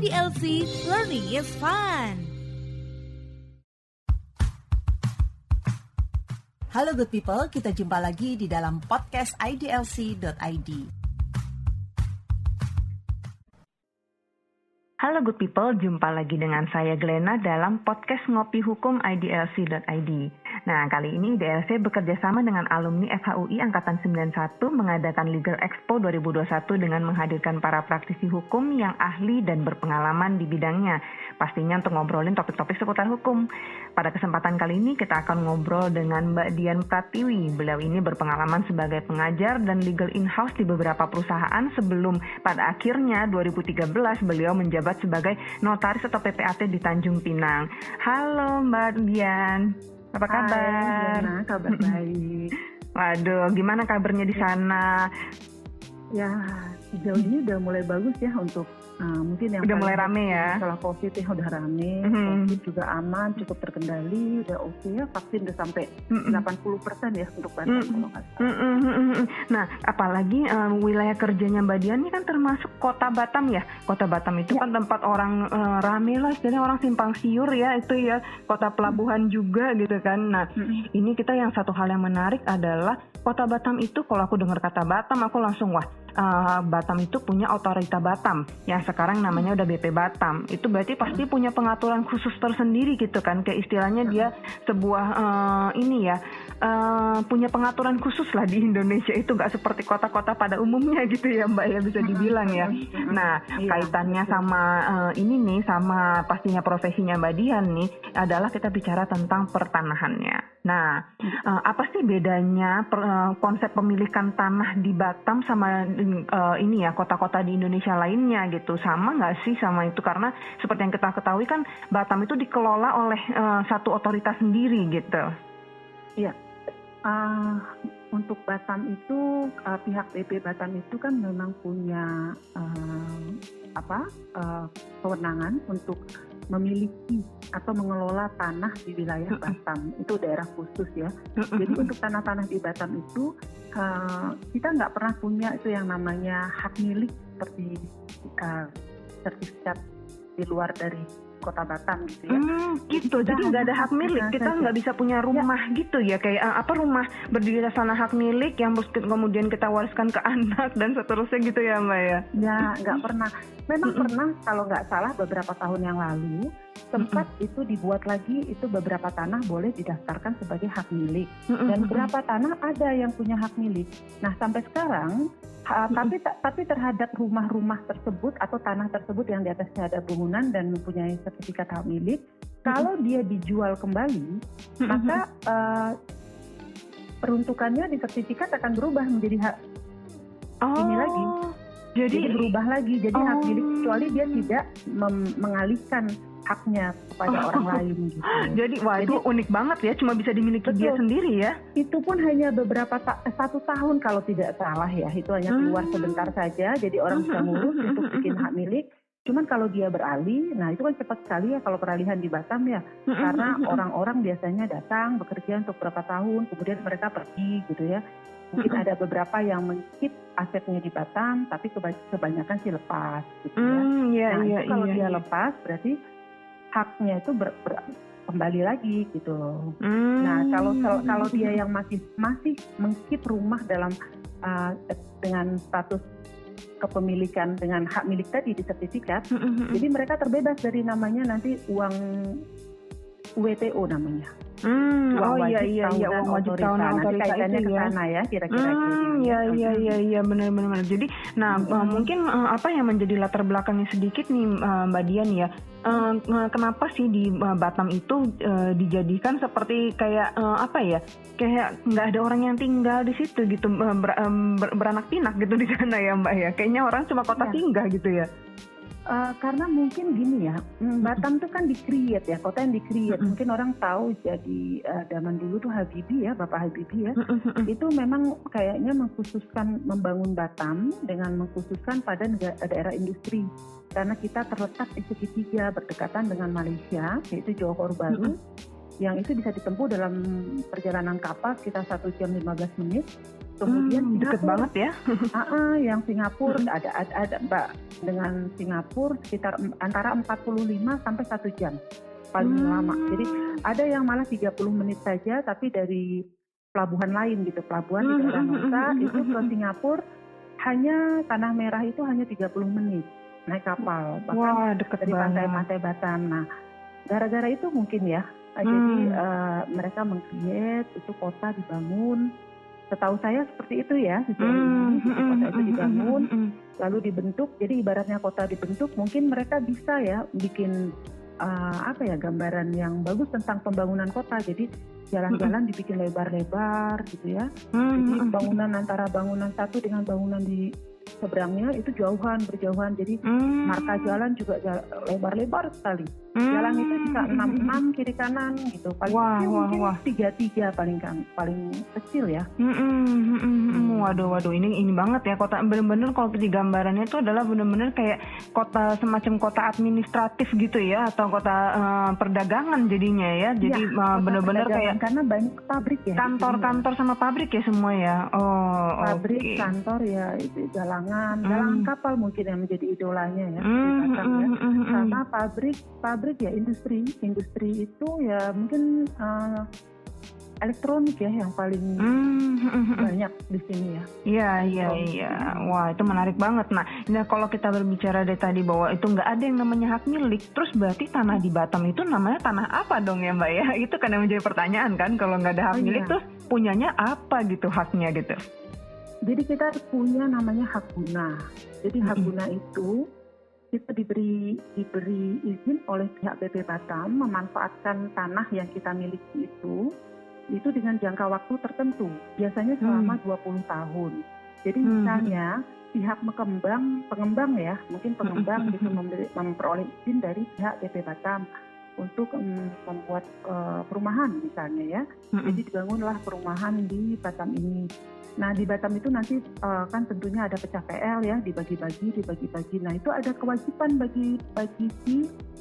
IDLC, learning is fun. Halo good people, kita jumpa lagi di dalam podcast IDLC.id. Halo good people, jumpa lagi dengan saya Glenna dalam podcast Ngopi Hukum IDLC.id. Nah, kali ini IDLC bekerja sama dengan alumni FHUI Angkatan 91 mengadakan Legal Expo 2021 dengan menghadirkan para praktisi hukum yang ahli dan berpengalaman di bidangnya. Pastinya untuk ngobrolin topik-topik seputar hukum. Pada kesempatan kali ini kita akan ngobrol dengan Mbak Dian Pratiwi. Beliau ini berpengalaman sebagai pengajar dan legal in-house di beberapa perusahaan sebelum pada akhirnya 2013 beliau menjabat sebagai notaris atau PPAT di Tanjung Pinang. Halo Mbak Dian. Apa kabar? Hai, kabar baik. Waduh, gimana kabarnya di sana? Ya, sejauh ini udah mulai bagus ya untuk mungkin yang udah mulai rame ya. Masalah COVID ya udah rame, COVID juga aman, cukup terkendali, udah oke ya. Vaksin udah sampai 80% ya untuk Banten kalau nggak salah. Nah, apalagi wilayah kerjanya Mbak Dian ini kan termasuk Kota Batam ya. Kota Batam itu kan tempat orang rame lah, istilahnya orang simpang siur ya itu ya. Kota pelabuhan juga gitu kan. Nah, ini kita yang satu hal yang menarik adalah Kota Batam itu kalau aku dengar kata Batam aku langsung Batam itu punya Otorita Batam yang sekarang namanya udah BP Batam. Itu berarti pasti punya pengaturan khusus tersendiri gitu kan, kayak istilahnya dia sebuah punya pengaturan khusus lah di Indonesia. Itu nggak seperti kota-kota pada umumnya gitu ya Mbak ya, bisa dibilang ya. Nah, kaitannya sama ini nih, sama pastinya profesinya Mbak Dian nih adalah kita bicara tentang pertanahannya. Nah, apa sih bedanya konsep pemilikan tanah di Batam sama kota-kota di Indonesia lainnya gitu? Sama nggak sih sama itu? Karena seperti yang kita ketahui kan Batam itu dikelola oleh satu otoritas sendiri gitu. Iya. Untuk Batam itu pihak BP Batam itu kan memang punya kewenangan untuk memiliki atau mengelola tanah di wilayah Batam. Itu daerah khusus ya. Jadi untuk tanah-tanah di Batam itu kita nggak pernah punya itu yang namanya hak milik seperti sertifikat di luar dari Kota Batam gitu ya. Gitu. Jadi nggak ada hak milik. Kita nggak bisa punya rumah gitu ya. Kayak rumah berdiri atas tanah hak milik yang kemudian kita wariskan ke anak dan seterusnya gitu ya Mbak ya? Ya nggak pernah. Memang pernah kalau nggak salah beberapa tahun yang lalu sempat itu dibuat lagi, itu beberapa tanah boleh didaftarkan sebagai hak milik. Dan berapa tanah ada yang punya hak milik. Nah sampai sekarang tapi terhadap rumah-rumah tersebut atau tanah tersebut yang di atasnya ada bangunan dan mempunyai sertifikat hak milik, kalau dia dijual kembali, maka peruntukannya di sertifikat akan berubah menjadi hak ini lagi. Jadi berubah lagi, jadi hak milik kecuali dia tidak mengalihkan haknya kepada orang lain gitu. Jadi unik banget ya, cuma bisa dimiliki dia sendiri ya. Itu pun hanya beberapa 1 tahun kalau tidak salah ya, itu hanya keluar sebentar saja, jadi orang bisa ngurus untuk bikin hak milik. Cuman kalau dia beralih, nah itu kan cepat sekali ya kalau peralihan di Batam ya, karena orang-orang biasanya datang bekerja untuk berapa tahun, kemudian mereka pergi gitu ya. Mungkin ada beberapa yang men-keep asetnya di Batam, tapi kebanyakan sih lepas gitu ya. Kalau dia lepas berarti haknya itu kembali lagi gitu loh. Nah kalau dia yang masih meng-keep rumah dalam dengan status kepemilikan dengan hak milik tadi di sertifikat, jadi mereka terbebas dari namanya nanti uang WTO namanya. Uang wajib tahunan nanti kaitannya ke sana ya kira-kira Iya benar. Jadi mungkin apa yang menjadi latar belakangnya sedikit nih Mbak Dian ya, kenapa sih di Batam itu dijadikan seperti kayak kayak nggak ada orang yang tinggal di situ gitu, beranak pinak gitu di sana ya Mbak ya, kayaknya orang cuma kota singgah gitu ya. Karena mungkin gini ya, Batam tuh kan di-create ya, kota yang di-create. Mungkin orang tahu jadi zaman dulu tuh Habibie ya, Bapak Habibie ya, itu memang kayaknya mengkhususkan membangun Batam dengan mengkhususkan pada daerah industri. Karena kita terletak di segitiga berdekatan dengan Malaysia, yaitu Johor Bahru, yang itu bisa ditempuh dalam perjalanan kapal sekitar 1 jam 15 menit. Kemudian deket banget ya. Yang Singapura ada Mbak, dengan Singapura sekitar antara 45 sampai 1 jam paling lama. Jadi ada yang malah 30 menit saja, tapi dari pelabuhan lain gitu, pelabuhan di daerah Nusa itu ke Singapura hanya Tanah Merah itu hanya 30 menit naik kapal, bahkan dari pantai-pantai Batam. Nah, gara-gara itu mungkin ya, jadi mereka meng-create itu kota dibangun. Setahu saya seperti itu ya, sejauh ini kota itu dibangun, lalu dibentuk. Jadi ibaratnya kota dibentuk, mungkin mereka bisa ya bikin gambaran yang bagus tentang pembangunan kota. Jadi jalan-jalan dibikin lebar-lebar gitu ya. Jadi bangunan antara bangunan satu dengan bangunan di seberangnya itu berjauhan. Jadi marka jalan juga lebar-lebar sekali. Jalan itu bisa 6 kiri kanan gitu. Paling kecil mungkin 3 paling kecil ya. Waduh, ini banget ya kota, bener-bener kalau di gambarannya itu adalah bener-bener kayak kota, semacam kota administratif gitu ya, atau kota perdagangan jadinya ya. Jadi bener-bener kayak karena banyak pabrik ya. Kantor-kantor sama pabrik ya semua ya. Pabrik, kantor ya, itu galangan kapal mungkin yang menjadi idolanya ya. Sama pabrik ya, industri itu ya mungkin elektronik ya yang paling banyak di sini ya. Iya. Wah, itu menarik banget. Nah, kalau kita berbicara dari tadi bahwa itu nggak ada yang namanya hak milik, terus berarti tanah di Batam itu namanya tanah apa dong ya Mbak ya? Itu kan yang menjadi pertanyaan kan, kalau nggak ada hak milik terus punyanya apa gitu, haknya gitu? Jadi kita punya namanya hak guna. Jadi hak guna itu kita diberi izin oleh pihak BP Batam memanfaatkan tanah yang kita miliki itu dengan jangka waktu tertentu, biasanya selama 20 tahun. Jadi misalnya pihak pengembang ya, mungkin pengembang bisa memperoleh izin dari pihak BP Batam untuk membuat perumahan misalnya ya. Jadi dibangunlah perumahan di Batam ini. Nah di Batam itu nanti kan tentunya ada pecah PL ya, dibagi-bagi. Nah itu ada kewajiban bagi si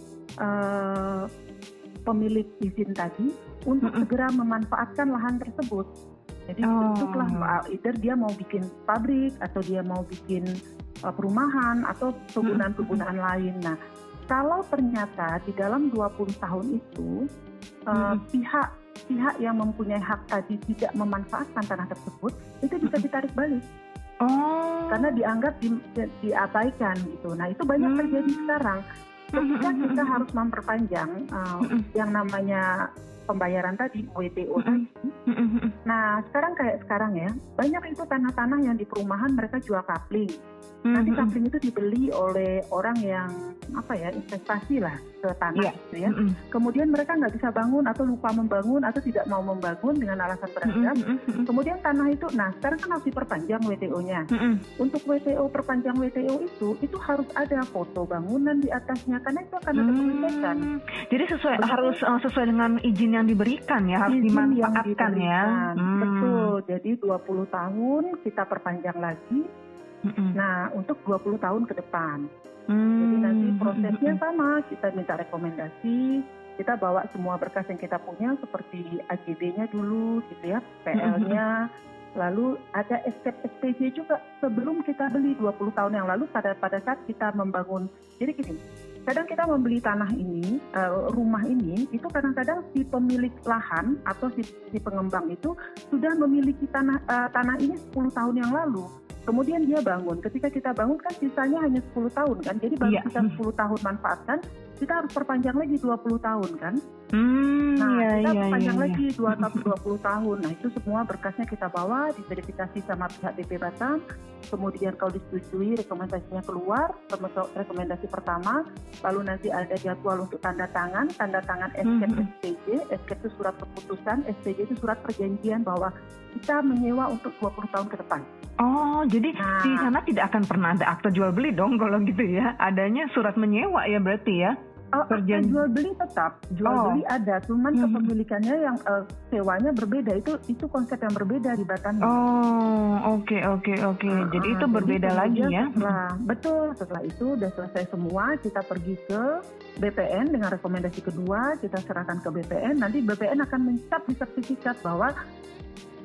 pemilik izin tadi untuk segera memanfaatkan lahan tersebut. Jadi bentuklah either dia mau bikin pabrik atau dia mau bikin perumahan atau kegunaan-kegunaan lain. Nah kalau ternyata di dalam 20 tahun itu pihak yang mempunyai hak tadi tidak memanfaatkan tanah tersebut, itu bisa ditarik balik. Karena dianggap diabaikan gitu. Nah itu banyak terjadi sekarang. Ketika kita harus memperpanjang yang namanya pembayaran tadi, WTO tadi. Nah sekarang ya, banyak itu tanah-tanah yang di perumahan mereka jual kapling. Nanti kapling itu dibeli oleh orang yang investasi lah ke tanah gitu ya. Kemudian mereka nggak bisa bangun atau lupa membangun atau tidak mau membangun dengan alasan beragam. Kemudian tanah itu, sekarang kan harus diperpanjang WTO-nya. Untuk perpanjang WTO itu harus ada foto bangunan di atasnya karena itu akan ada pengecekan. Jadi harus sesuai dengan izin yang diberikan ya, harus dimanfaatkan ya. Betul. Jadi 20 tahun kita perpanjang lagi. Nah, untuk 20 tahun ke depan. Jadi nanti prosesnya sama, kita minta rekomendasi, kita bawa semua berkas yang kita punya seperti AJB-nya dulu gitu ya, PL-nya, lalu ada SPJ juga sebelum kita beli 20 tahun yang lalu pada saat kita membangun. Jadi gini, kadang kita membeli tanah ini, rumah ini, itu kadang-kadang si pemilik lahan atau si pengembang itu sudah memiliki tanah ini 10 tahun yang lalu. Kemudian dia bangun. Ketika kita bangun kan sisanya hanya 10 tahun kan. Jadi baru kita 10 tahun manfaatkan, kita harus perpanjang lagi 20 tahun kan. Kita perpanjang lagi 20 tahun. Nah itu semua berkasnya kita bawa, diverifikasi sama pihak BP Batam. Kemudian kalau disetujui rekomendasinya keluar, rekomendasi pertama. Lalu nanti ada jadwal untuk tanda tangan SPJ. SPJ itu surat keputusan, SPJ itu surat perjanjian bahwa kita menyewa untuk 20 tahun ke depan. Jadi di sana tidak akan pernah ada akte jual beli dong kalau gitu ya. Adanya surat menyewa ya berarti ya. Akte jual beli tetap, beli ada, cuman kepemilikannya yang sewanya berbeda. Itu konsep yang berbeda di Batam. Oke. Jadi itu berbeda lagi ya. Setelah itu udah selesai semua, kita pergi ke BPN dengan rekomendasi kedua, kita serahkan ke BPN. Nanti BPN akan mencap di sertifikat bahwa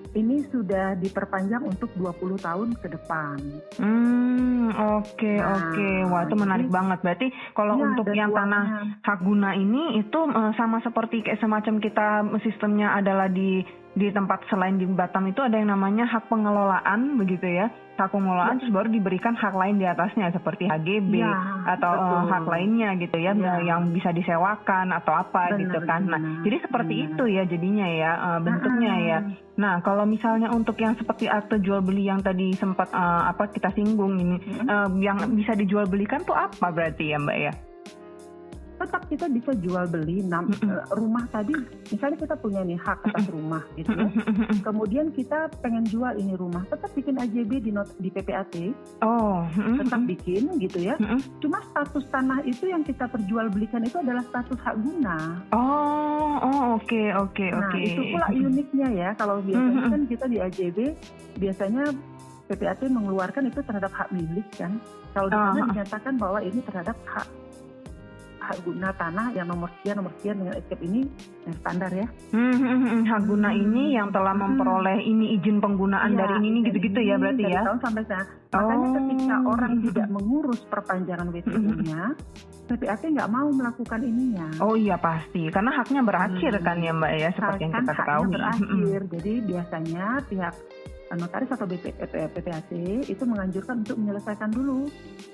ini sudah diperpanjang untuk 20 tahun ke depan. Oke. Wah, itu menarik banget. Berarti kalau untuk yang tanah hak guna ini itu sama seperti kayak semacam kita sistemnya adalah di tempat selain di Batam itu ada yang namanya hak pengelolaan begitu ya. Hak pengelolaan terus baru diberikan hak lain di atasnya seperti HGB atau hak lainnya gitu ya, yang bisa disewakan atau apa gitu kan. Nah, jadi seperti itu ya jadinya ya bentuknya ya. Nah, kalau misalnya untuk yang seperti akte jual beli yang tadi sempat kita singgung ini, yang bisa dijual belikan tuh apa berarti ya Mbak ya? Tetap kita bisa jual beli rumah tadi, misalnya kita punya nih hak atas rumah gitu ya. Kemudian kita pengen jual ini rumah, tetap bikin AJB di PPAT. Tetap bikin gitu ya. Cuma status tanah itu yang kita perjualbelikan itu adalah status hak guna. Oke. Nah, itu pula uniknya ya. Kalau biasanya kan kita di AJB biasanya PPAT mengeluarkan itu terhadap hak milik kan. Kalau di sana dinyatakan bahwa ini terhadap hak guna tanah yang nomor sekian dengan escape ini yang standar ya. Hak guna ini yang telah memperoleh ini izin penggunaan dari ini gitu-gitu ya berarti ya. Tahun sampai sekarang. Makanya ketika orang tidak mengurus perpanjangan WTO-nya, PPAT nggak mau melakukan ininya. Oh iya pasti, karena haknya berakhir kan ya Mbak ya, seperti yang kita ketahui. Haknya berakhir, jadi biasanya pihak notaris atau PPAT itu menganjurkan untuk menyelesaikan dulu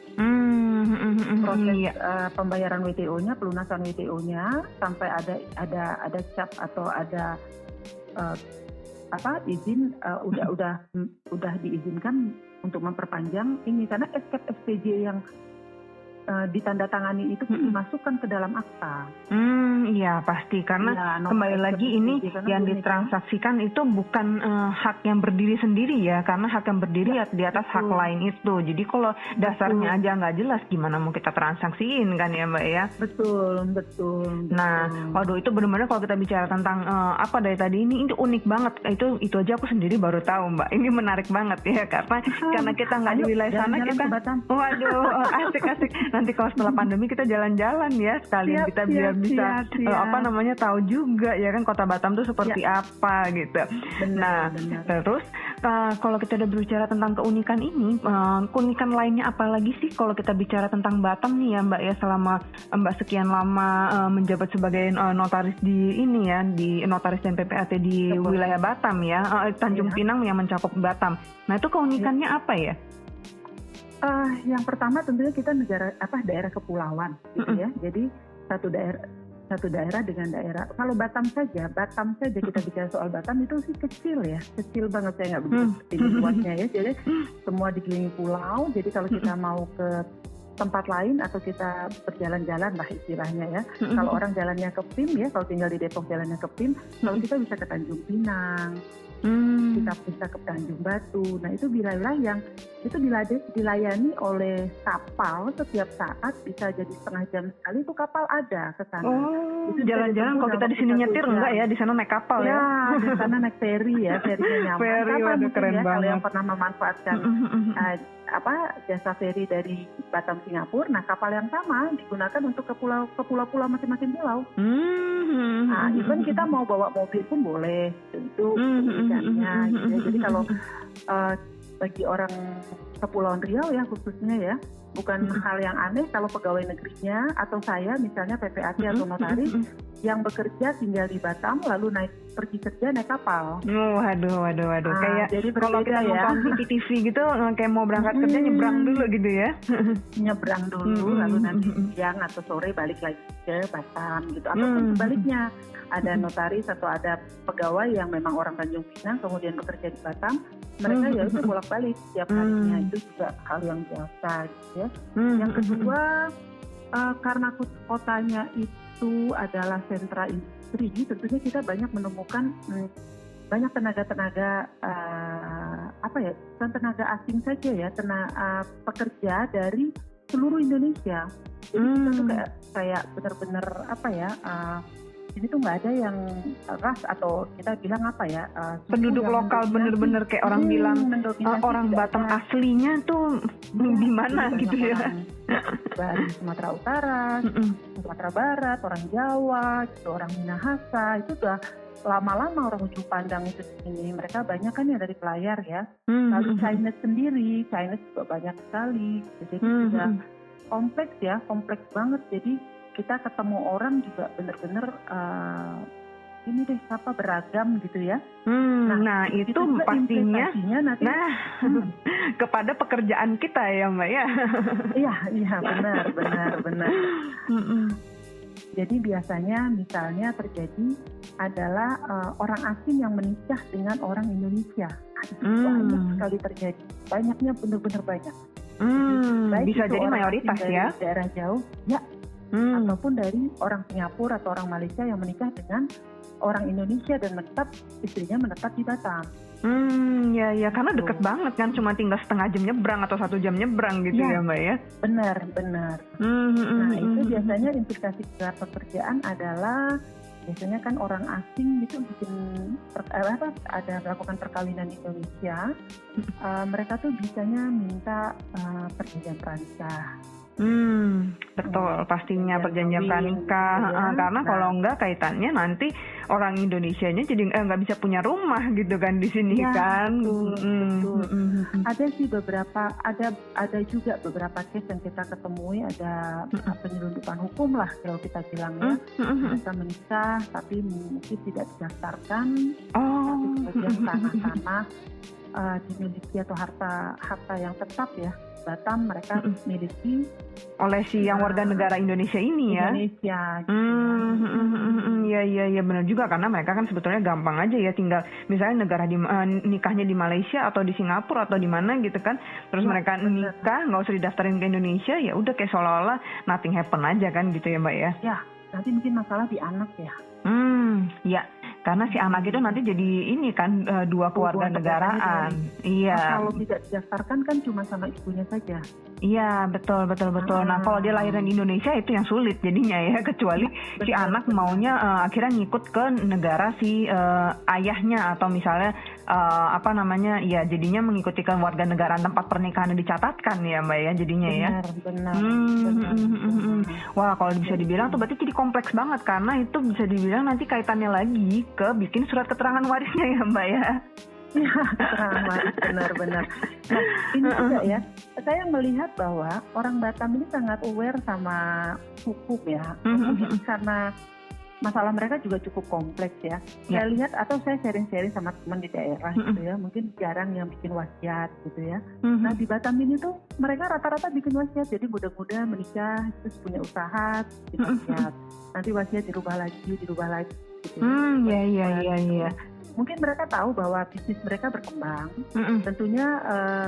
proses pembayaran WTO-nya, pelunasan WTO-nya sampai ada cap atau ada izin udah diizinkan untuk memperpanjang ini, karena escape SPJ yang ditandatangani itu dimasukkan ke dalam akta. Iya pasti, karena kembali lagi ini yang ditransaksikan itu bukan hak yang berdiri sendiri ya, karena hak yang berdiri di atas hak lain itu. Jadi kalau dasarnya aja nggak jelas, gimana mau kita transaksiin kan ya Mbak ya? Betul. Nah, waduh itu benar-benar kalau kita bicara tentang apa dari tadi ini unik banget. Itu aja aku sendiri baru tahu Mbak. Ini menarik banget ya, karena kita nggak di wilayah sana kita. Waduh, asik. Nanti kalau setelah pandemi kita jalan-jalan ya sekalian kita biar bisa tahu juga ya kan kota Batam tuh seperti apa gitu. Benar. Terus kalau kita udah berbicara tentang keunikan ini, keunikan lainnya apa lagi sih kalau kita bicara tentang Batam nih ya Mbak ya, selama Mbak sekian lama menjabat sebagai notaris di ini ya, di notaris dan PPAT di wilayah Batam ya, Tanjung Pinang yang mencakup Batam. Nah itu keunikannya apa ya? Yang pertama tentunya kita daerah kepulauan gitu ya. Jadi satu daerah dengan daerah. Kalau Batam saja kita bicara soal Batam itu sih kecil banget, saya nggak begitu luasnya ya. Jadi semua dikelilingi pulau. Jadi kalau kita mau ke tempat lain atau kita berjalan-jalan lah istilahnya ya. Kalau orang jalannya ke PIM ya, kalau tinggal di Depok jalannya ke PIM, kalau kita bisa ke Tanjung Pinang. Kita bisa ke Tanjung Batu. Nah itu wilayah yang itu dilayani oleh kapal setiap saat, bisa jadi setengah jam sekali itu kapal ada ke sana. Itu jalan-jalan kalau kita di sini nyetir enggak ya, di sana naik kapal ya? Di sana naik ferry ya, ferrynya nyaman. Ferry, waduh keren banget. Kalau yang pernah memanfaatkan jasa ferry dari Batam Singapura, nah kapal yang sama digunakan untuk ke pulau-pulau masing-masing pulau. Even kita mau bawa mobil pun boleh, tentu ikannya. Jadi kalau bagi orang Kepulauan Riau ya khususnya ya, bukan hal yang aneh kalau pegawai negerinya atau saya misalnya PPAT atau notaris yang bekerja tinggal di Batam lalu pergi kerja naik kapal. Waduh. Kayak jadi kalau kita nonton TV gitu kayak mau berangkat kerja nyebrang dulu gitu ya. Nyebrang dulu lalu nanti siang atau sore balik lagi ke Batam gitu. Ataupun sebaliknya, ada notaris atau ada pegawai yang memang orang Tanjung Pinang kemudian bekerja di Batam, mereka ya itu bolak-balik setiap harinya. Itu juga hal yang biasa gitu ya. Yang kedua, karena kotanya itu adalah sentra industri, tentunya kita banyak menemukan banyak tenaga-tenaga bukan tenaga asing saja ya, pekerja dari seluruh Indonesia. Jadi kita tuh kayak benar-benar ini tuh nggak ada yang ras atau kita bilang penduduk lokal bener-bener kayak orang bilang orang Batam aslinya tuh di mana gitu ya. Dari Sumatera Utara, Sumatera Barat, orang Jawa, gitu, orang Minahasa, itu udah lama-lama orang ujung pandang itu ini mereka banyak kan ya dari pelayar ya. Lalu Chinese sendiri, Chinese juga banyak sekali. Jadi juga kompleks banget. Jadi kita ketemu orang juga benar-benar ini deh beragam gitu ya. Nah itu pastinya nanti, kepada pekerjaan kita ya Mbak ya. Iya benar. Jadi biasanya misalnya terjadi adalah orang asing yang menikah dengan orang Indonesia. Itu banyak sekali terjadi. Banyaknya benar-benar banyak. Bisa jadi mayoritas ya. Dari daerah jauh ya. Ataupun dari orang Singapura atau orang Malaysia yang menikah dengan orang Indonesia dan istrinya menetap di Batam. Ya karena deket banget kan, cuma tinggal setengah jam nyebrang atau 1 jam nyebrang gitu ya Mbak ya. Benar. Nah itu biasanya implikasi pekerjaan adalah biasanya kan orang asing gitu bikin ada melakukan perkawinan di Indonesia, mereka tuh biasanya minta perjanjian pranikah. Betul, pastinya perjanjian pranikah karena kalau enggak kaitannya nanti orang Indonesianya jadi nggak bisa punya rumah gitu kan di sini kan. Betul. Ada sih ada juga beberapa case yang kita ketemui, ada penyelundupan hukum lah kalau kita bilangnya. Mereka menikah tapi mungkin tidak didaftarkan, tapi kemudian tanah-tanah dimiliki atau harta yang tetap ya Batam mereka miliki oleh si yang warga negara Indonesia ini ya. Indonesia. Iya benar juga, karena mereka kan sebetulnya gampang aja ya, tinggal misalnya nikahnya di Malaysia atau di Singapura atau di mana gitu kan, terus mereka nikah nggak usah didaftarin ke Indonesia, ya udah kayak seolah-olah nothing happen aja kan gitu ya Mbak ya. Ya nanti mungkin masalah di anak ya. Ya karena si anak itu nanti jadi ini kan dua keluarga negaraan. Iya. Kalau tidak didaftarkan kan cuma sama ibunya saja. Iya betul. Nah kalau dia lahirnya di Indonesia itu yang sulit jadinya ya, kecuali si anak maunya akhirnya ngikut ke negara si ayahnya, atau misalnya ya jadinya mengikuti ke warga negaraan tempat pernikahannya dicatatkan ya Mbak ya jadinya ya. Benar. Wah kalau bisa dibilang tuh berarti jadi kompleks banget, karena itu bisa dibilang nanti kaitannya lagi ke bikin surat keterangan warisnya ya Mbak ya. Ya, keterangan waris benar. Nah ini juga ya, saya melihat bahwa orang Batam ini sangat aware sama hukum ya. Mungkin karena masalah mereka juga cukup kompleks ya. Saya lihat atau saya sharing-sharing sama teman di daerah gitu ya, mungkin jarang yang bikin wasiat gitu ya. Nah di Batam ini tuh mereka rata-rata bikin wasiat, jadi muda-muda menikah terus punya usaha bikin wasiat. Nanti wasiat dirubah lagi gitu. Iya. Mungkin mereka tahu bahwa bisnis mereka berkembang, tentunya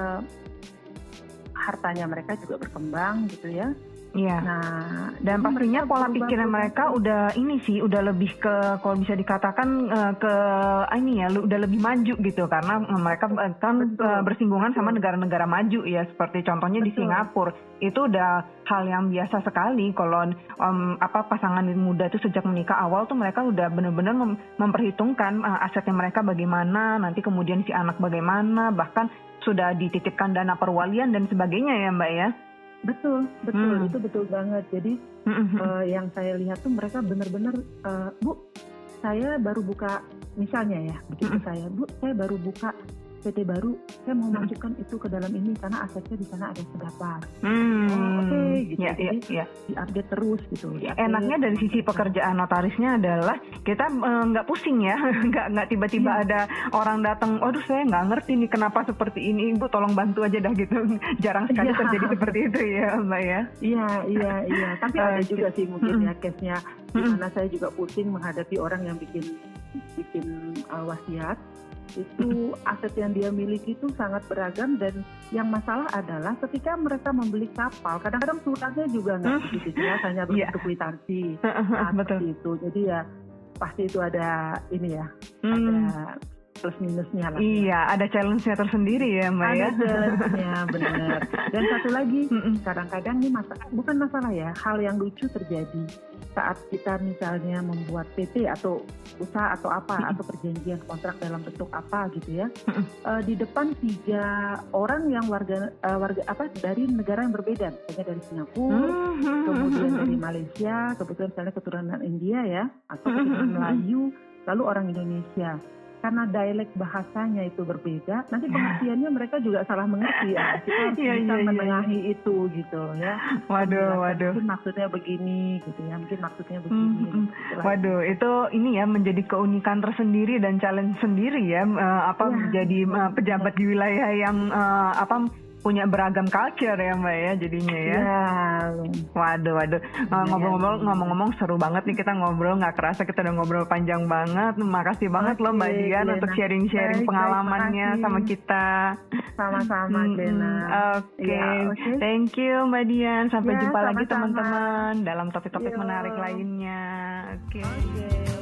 hartanya mereka juga berkembang gitu ya. Iya. Nah, dan pastinya pola pikirnya mereka udah lebih ke, kalau bisa dikatakan ke ini ya, udah lebih maju gitu, karena mereka kan bersinggungan sama negara-negara maju ya, seperti contohnya di Singapura. Itu udah hal yang biasa sekali kalau pasangan muda itu sejak menikah awal tuh mereka udah benar-benar memperhitungkan asetnya mereka bagaimana, nanti kemudian si anak bagaimana, bahkan sudah dititipkan dana perwalian dan sebagainya ya Mbak ya. Betul, itu betul banget. Jadi yang saya lihat tuh mereka benar-benar, Bu, saya baru buka, misalnya ya, begitu Bu, saya baru buka PT baru, saya mau masukkan itu ke dalam ini karena asetnya di sana ada seberapa. Oke, gitu. Jadi diupdate terus gitu. Enaknya dari sisi pekerjaan notarisnya adalah kita nggak pusing ya, nggak tiba-tiba ada orang datang, waduh saya nggak ngerti nih kenapa seperti ini, Ibu tolong bantu aja dah gitu. Jarang sekali terjadi seperti itu ya Mbak ya. Iya. Tapi ada juga sih mungkin ya case-nya di mana saya juga pusing menghadapi orang yang bikin wasiat. Itu aset yang dia miliki itu sangat beragam, dan yang masalah adalah ketika mereka membeli kapal, kadang-kadang suratnya juga nggak begitu jelas, hanya bentuk kwitansi seperti itu. Jadi ya pasti itu ada ini ya, ada plus minusnya lah. Iya, ada challenge-nya tersendiri ya Mbak ya. Ada challenge-nya, benar. Dan satu lagi, kadang-kadang ini bukan masalah ya, hal yang lucu terjadi. saat kita misalnya membuat PT atau usaha atau apa atau perjanjian kontrak dalam bentuk apa gitu ya, di depan 3 orang yang warga dari negara yang berbeda, misalnya dari Singapura, kemudian dari Malaysia, kebetulan misalnya keturunan India ya, atau keturunan Melayu, lalu orang Indonesia. Karena dialek bahasanya itu berbeda, nanti pengertiannya mereka juga salah mengerti ya. Kita harus bisa menengahi itu gitu ya. Waduh. Mungkin maksudnya begini gitu ya, mungkin maksudnya begini. Waduh, itu ini ya menjadi keunikan tersendiri dan challenge sendiri ya. Jadi pejabat di wilayah yang punya beragam culture ya Mbak ya jadinya ya. Waduh. Ngomong-ngomong seru banget nih kita ngobrol, nggak kerasa kita udah ngobrol panjang banget. Makasih banget loh Mbak Dian untuk sharing-sharing pengalamannya sama kita. Sama-sama Glena. Oke. Thank you Mbak Dian. Sampai jumpa lagi teman-teman dalam topik-topik menarik lainnya. Oke.